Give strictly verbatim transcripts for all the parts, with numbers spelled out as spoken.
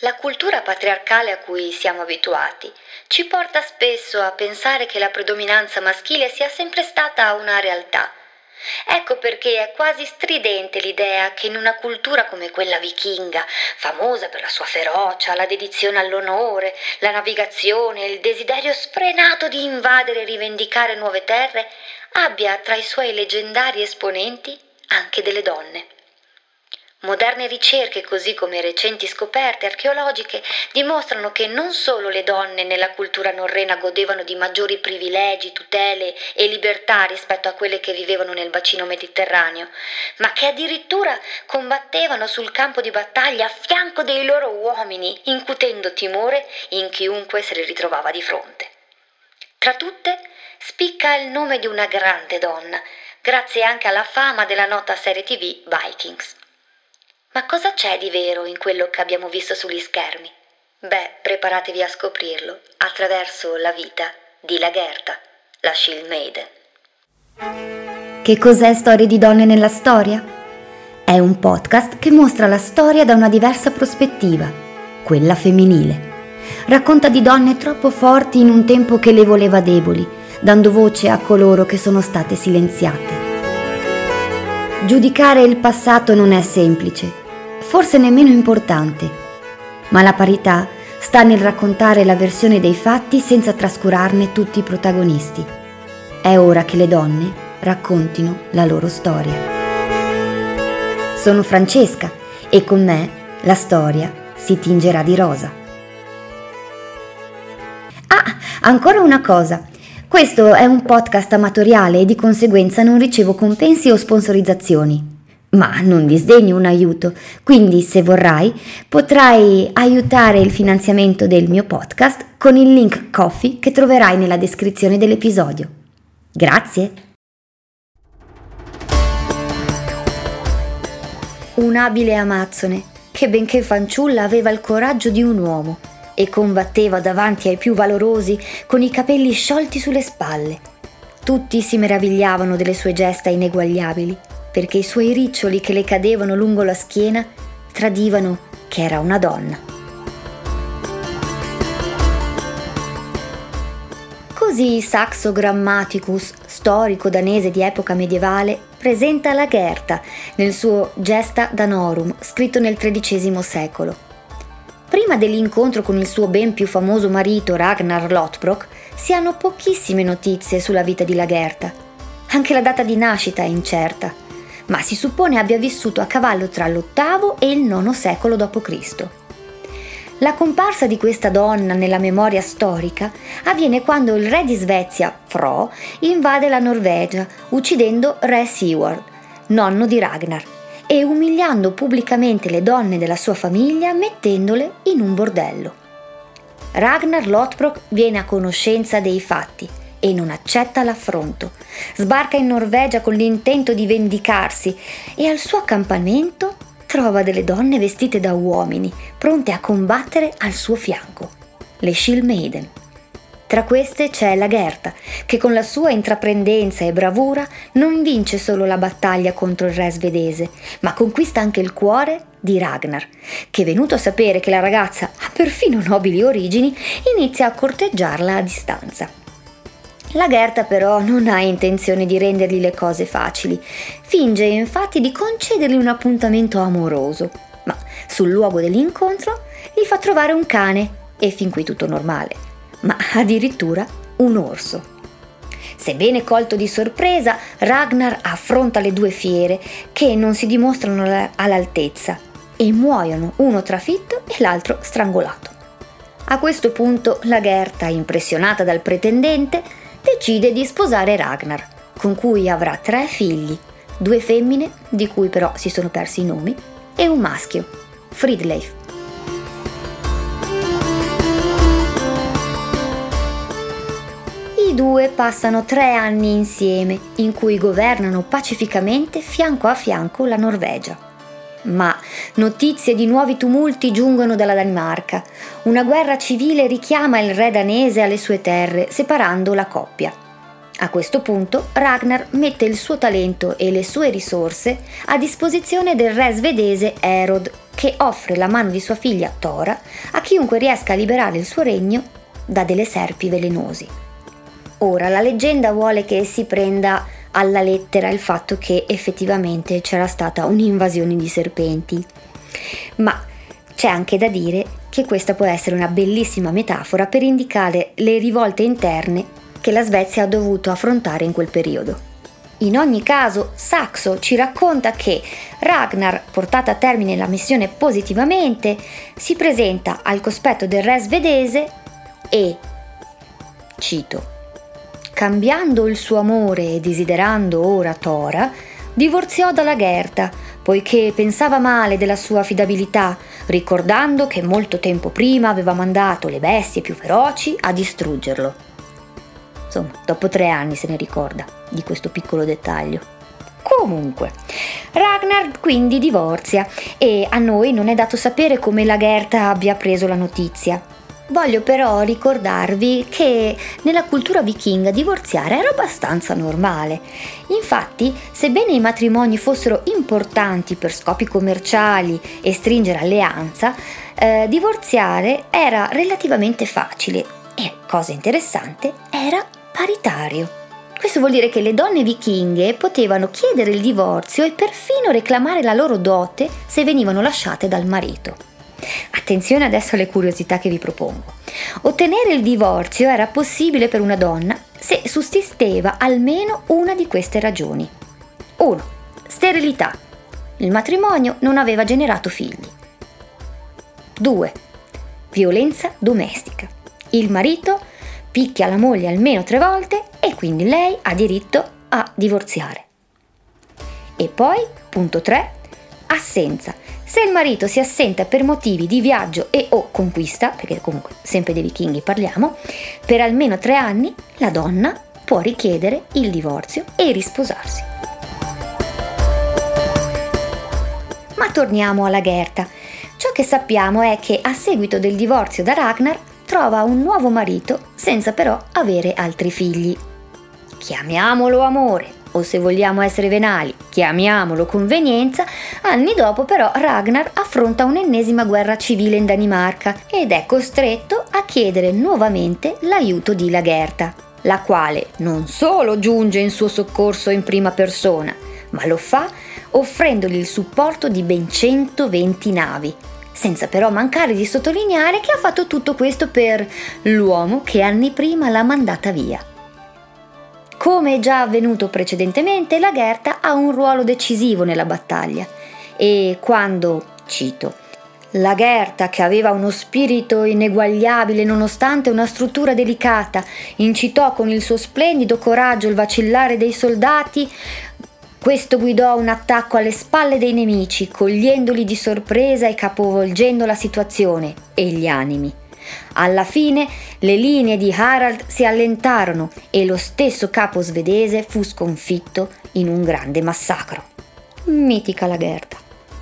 La cultura patriarcale a cui siamo abituati ci porta spesso a pensare che la predominanza maschile sia sempre stata una realtà. Ecco perché è quasi stridente l'idea che in una cultura come quella vichinga, famosa per la sua ferocia, la dedizione all'onore, la navigazione, il desiderio sfrenato di invadere e rivendicare nuove terre, abbia tra i suoi leggendari esponenti anche delle donne. Moderne ricerche, così come recenti scoperte archeologiche, dimostrano che non solo le donne nella cultura norrena godevano di maggiori privilegi, tutele e libertà rispetto a quelle che vivevano nel bacino mediterraneo, ma che addirittura combattevano sul campo di battaglia a fianco dei loro uomini, incutendo timore in chiunque se le ritrovava di fronte. Tra tutte spicca il nome di una grande donna, grazie anche alla fama della nota serie tivù Vikings. Ma cosa c'è di vero in quello che abbiamo visto sugli schermi? Beh, preparatevi a scoprirlo attraverso la vita di Lagertha, la Shield Maiden. Che cos'è Storie di donne nella storia? È un podcast che mostra la storia da una diversa prospettiva, quella femminile. Racconta di donne troppo forti in un tempo che le voleva deboli, dando voce a coloro che sono state silenziate. Giudicare il passato non è semplice, forse nemmeno importante, ma la parità sta nel raccontare la versione dei fatti senza trascurarne tutti i protagonisti. È ora che le donne raccontino la loro storia. Sono Francesca e con me la storia si tingerà di rosa. Ah, ancora una cosa. Questo è un podcast amatoriale e di conseguenza non ricevo compensi o sponsorizzazioni. Ma non disdegno un aiuto, quindi se vorrai potrai aiutare il finanziamento del mio podcast con il link Ko-fi che troverai nella descrizione dell'episodio. Grazie! Un'abile amazzone che, benché fanciulla, aveva il coraggio di un uomo e combatteva davanti ai più valorosi con i capelli sciolti sulle spalle. Tutti si meravigliavano delle sue gesta ineguagliabili, perché i suoi riccioli che le cadevano lungo la schiena tradivano che era una donna. Così Saxo Grammaticus, storico danese di epoca medievale, presenta Lagertha nel suo Gesta Danorum, scritto nel tredicesimo secolo. Prima dell'incontro con il suo ben più famoso marito Ragnar Lothbrok si hanno pochissime notizie sulla vita di Lagertha. Anche la data di nascita è incerta, ma si suppone abbia vissuto a cavallo tra l'ottavo e il nono secolo dopo Cristo. La comparsa di questa donna nella memoria storica avviene quando il re di Svezia, Fro, invade la Norvegia, uccidendo re Sigurd, nonno di Ragnar, e umiliando pubblicamente le donne della sua famiglia mettendole in un bordello. Ragnar Lothbrok viene a conoscenza dei fatti e non accetta l'affronto. Sbarca in Norvegia con l'intento di vendicarsi e al suo accampamento trova delle donne vestite da uomini, pronte a combattere al suo fianco, le Shield Maiden. Tra queste c'è Lagertha, che con la sua intraprendenza e bravura non vince solo la battaglia contro il re svedese, ma conquista anche il cuore di Ragnar, che, venuto a sapere che la ragazza ha perfino nobili origini, inizia a corteggiarla a distanza. Lagertha però non ha intenzione di rendergli le cose facili, finge infatti di concedergli un appuntamento amoroso, ma sul luogo dell'incontro gli fa trovare un cane e fin qui tutto normale, ma addirittura un orso. Sebbene colto di sorpresa, Ragnar affronta le due fiere che non si dimostrano all'altezza e muoiono, uno trafitto e l'altro strangolato. A questo punto Lagertha, impressionata dal pretendente, decide di sposare Ragnar, con cui avrà tre figli, due femmine, di cui però si sono persi i nomi, e un maschio, Fridleif. I due passano tre anni insieme, in cui governano pacificamente fianco a fianco la Norvegia. Ma notizie di nuovi tumulti giungono dalla Danimarca. Una guerra civile richiama il re danese alle sue terre, separando la coppia. A questo punto Ragnar mette il suo talento e le sue risorse a disposizione del re svedese Erod, che offre la mano di sua figlia Tora a chiunque riesca a liberare il suo regno da delle serpi velenosi. Ora, la leggenda vuole che si prenda alla lettera il fatto che effettivamente c'era stata un'invasione di serpenti, ma c'è anche da dire che questa può essere una bellissima metafora per indicare le rivolte interne che la Svezia ha dovuto affrontare in quel periodo. In ogni caso, Saxo ci racconta che Ragnar, portata a termine la missione positivamente, si presenta al cospetto del re svedese e, cito, cambiando il suo amore e desiderando ora Tora, divorziò dalla Gerta, poiché pensava male della sua affidabilità, ricordando che molto tempo prima aveva mandato le bestie più feroci a distruggerlo. Insomma, dopo tre anni se ne ricorda di questo piccolo dettaglio. Comunque, Ragnar quindi divorzia e a noi non è dato sapere come la Gerta abbia preso la notizia. Voglio però ricordarvi che nella cultura vichinga divorziare era abbastanza normale. Infatti, sebbene i matrimoni fossero importanti per scopi commerciali e stringere alleanza, eh, divorziare era relativamente facile e, cosa interessante, era paritario. Questo vuol dire che le donne vichinghe potevano chiedere il divorzio e perfino reclamare la loro dote se venivano lasciate dal marito. Attenzione adesso alle curiosità che vi propongo. Ottenere il divorzio era possibile per una donna se sussisteva almeno una di queste ragioni. uno. Sterilità. Il matrimonio non aveva generato figli. due. Violenza domestica. Il marito picchia la moglie almeno tre volte e quindi lei ha diritto a divorziare. E poi, punto tre, assenza. Se il marito si assenta per motivi di viaggio e o conquista, perché comunque sempre dei vichinghi parliamo, per almeno tre anni la donna può richiedere il divorzio e risposarsi. Ma torniamo alla Gerta. Ciò che sappiamo è che a seguito del divorzio da Ragnar trova un nuovo marito senza però avere altri figli. Chiamiamolo amore, o se vogliamo essere venali, chiamiamolo convenienza. Anni dopo però Ragnar affronta un'ennesima guerra civile in Danimarca ed è costretto a chiedere nuovamente l'aiuto di Lagertha, la quale non solo giunge in suo soccorso in prima persona, ma lo fa offrendogli il supporto di ben centoventi navi, senza però mancare di sottolineare che ha fatto tutto questo per l'uomo che anni prima l'ha mandata via. Come già avvenuto precedentemente, Lagertha ha un ruolo decisivo nella battaglia e quando, cito, Lagertha, che aveva uno spirito ineguagliabile nonostante una struttura delicata, incitò con il suo splendido coraggio il vacillare dei soldati, questo guidò un attacco alle spalle dei nemici, cogliendoli di sorpresa e capovolgendo la situazione e gli animi. Alla fine le linee di Harald si allentarono e lo stesso capo svedese fu sconfitto in un grande massacro. Mitica Lagertha.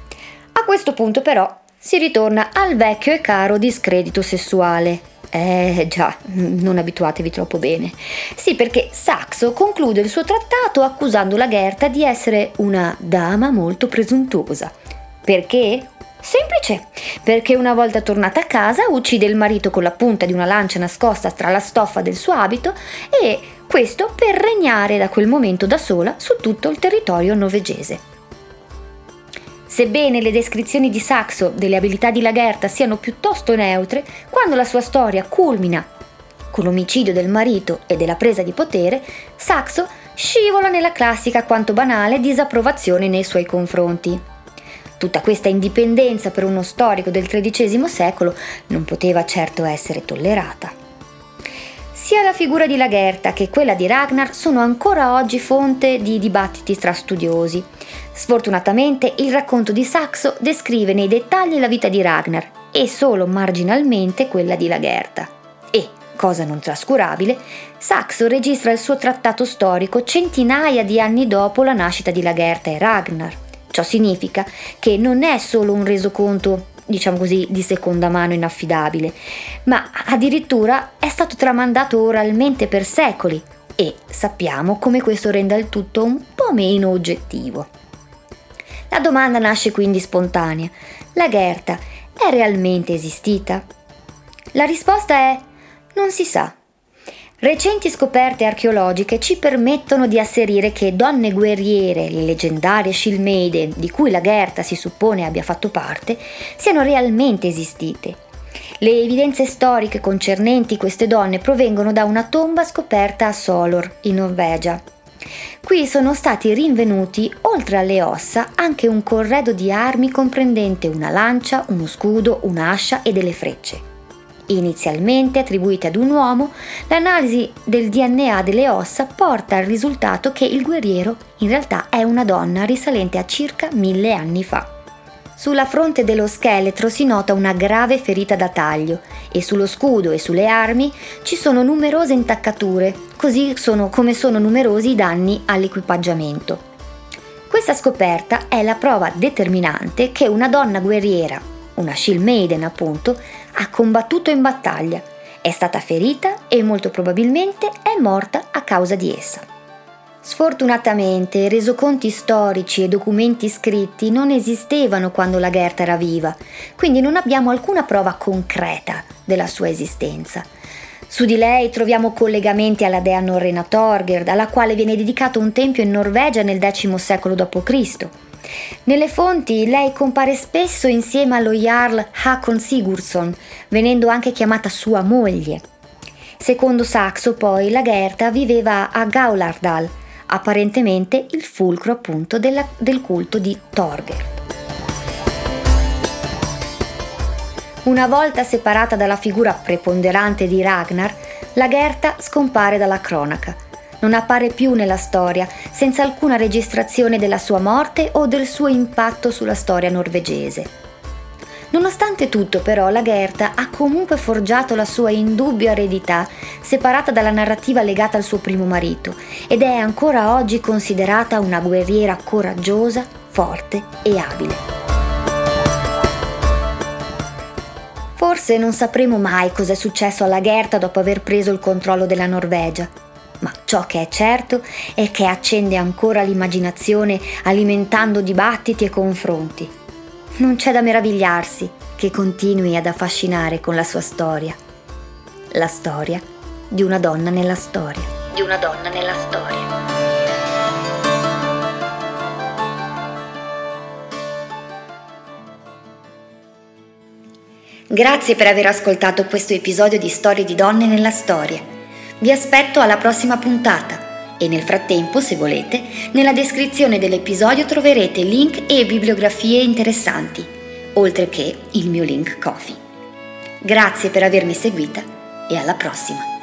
A questo punto però si ritorna al vecchio e caro discredito sessuale. Eh già, non abituatevi troppo bene. Sì, perché Saxo conclude il suo trattato accusando Lagertha di essere una dama molto presuntuosa. Perché? Semplice, perché una volta tornata a casa uccide il marito con la punta di una lancia nascosta tra la stoffa del suo abito e questo per regnare da quel momento da sola su tutto il territorio norvegese. Sebbene le descrizioni di Saxo delle abilità di Lagertha siano piuttosto neutre, quando la sua storia culmina con l'omicidio del marito e della presa di potere, Saxo scivola nella classica quanto banale disapprovazione nei suoi confronti. Tutta questa indipendenza per uno storico del tredicesimo secolo non poteva certo essere tollerata. Sia la figura di Lagertha che quella di Ragnar sono ancora oggi fonte di dibattiti tra studiosi. Sfortunatamente il racconto di Saxo descrive nei dettagli la vita di Ragnar e solo marginalmente quella di Lagertha. E, cosa non trascurabile, Saxo registra il suo trattato storico centinaia di anni dopo la nascita di Lagertha e Ragnar. Ciò significa che non è solo un resoconto, diciamo così, di seconda mano inaffidabile, ma addirittura è stato tramandato oralmente per secoli e sappiamo come questo renda il tutto un po' meno oggettivo. La domanda nasce quindi spontanea. la Gherta è realmente esistita? La risposta è: non si sa. Recenti scoperte archeologiche ci permettono di asserire che donne guerriere, le leggendarie Shilmaiden, di cui la Gherta si suppone abbia fatto parte, siano realmente esistite. Le evidenze storiche concernenti queste donne provengono da una tomba scoperta a Solor, in Norvegia. Qui sono stati rinvenuti, oltre alle ossa, anche un corredo di armi comprendente una lancia, uno scudo, un'ascia e delle frecce. Inizialmente attribuite ad un uomo, l'analisi del D N A delle ossa porta al risultato che il guerriero in realtà è una donna risalente a circa mille anni fa. Sulla fronte dello scheletro si nota una grave ferita da taglio e sullo scudo e sulle armi ci sono numerose intaccature, così sono come sono numerosi i danni all'equipaggiamento. Questa scoperta è la prova determinante che una donna guerriera, una Shilmaiden appunto, ha combattuto in battaglia, è stata ferita e molto probabilmente è morta a causa di essa. Sfortunatamente, resoconti storici e documenti scritti non esistevano quando la Gherta era viva, quindi non abbiamo alcuna prova concreta della sua esistenza. Su di lei troviamo collegamenti alla dea norrena Thorgerd, alla quale viene dedicato un tempio in Norvegia nel X secolo dopo Cristo. Nelle fonti lei compare spesso insieme allo Jarl Hakon Sigurdsson, venendo anche chiamata sua moglie. Secondo Saxo, poi, la Gherta viveva a Gaulardal, apparentemente il fulcro appunto della, del culto di Thorgerd. Una volta separata dalla figura preponderante di Ragnar, la Gherta scompare dalla cronaca. Non appare più nella storia, senza alcuna registrazione della sua morte o del suo impatto sulla storia norvegese. Nonostante tutto, però, la Gherta ha comunque forgiato la sua indubbia eredità, separata dalla narrativa legata al suo primo marito, ed è ancora oggi considerata una guerriera coraggiosa, forte e abile. Forse non sapremo mai cosa è successo alla Gherta dopo aver preso il controllo della Norvegia. Ma ciò che è certo è che accende ancora l'immaginazione alimentando dibattiti e confronti. Non c'è da meravigliarsi che continui ad affascinare con la sua storia. La storia di una donna nella storia. Di una donna nella storia. Grazie per aver ascoltato questo episodio di Storie di donne nella storia. Vi aspetto alla prossima puntata e nel frattempo, se volete, nella descrizione dell'episodio troverete link e bibliografie interessanti, oltre che il mio link Ko-fi. Grazie per avermi seguita e alla prossima!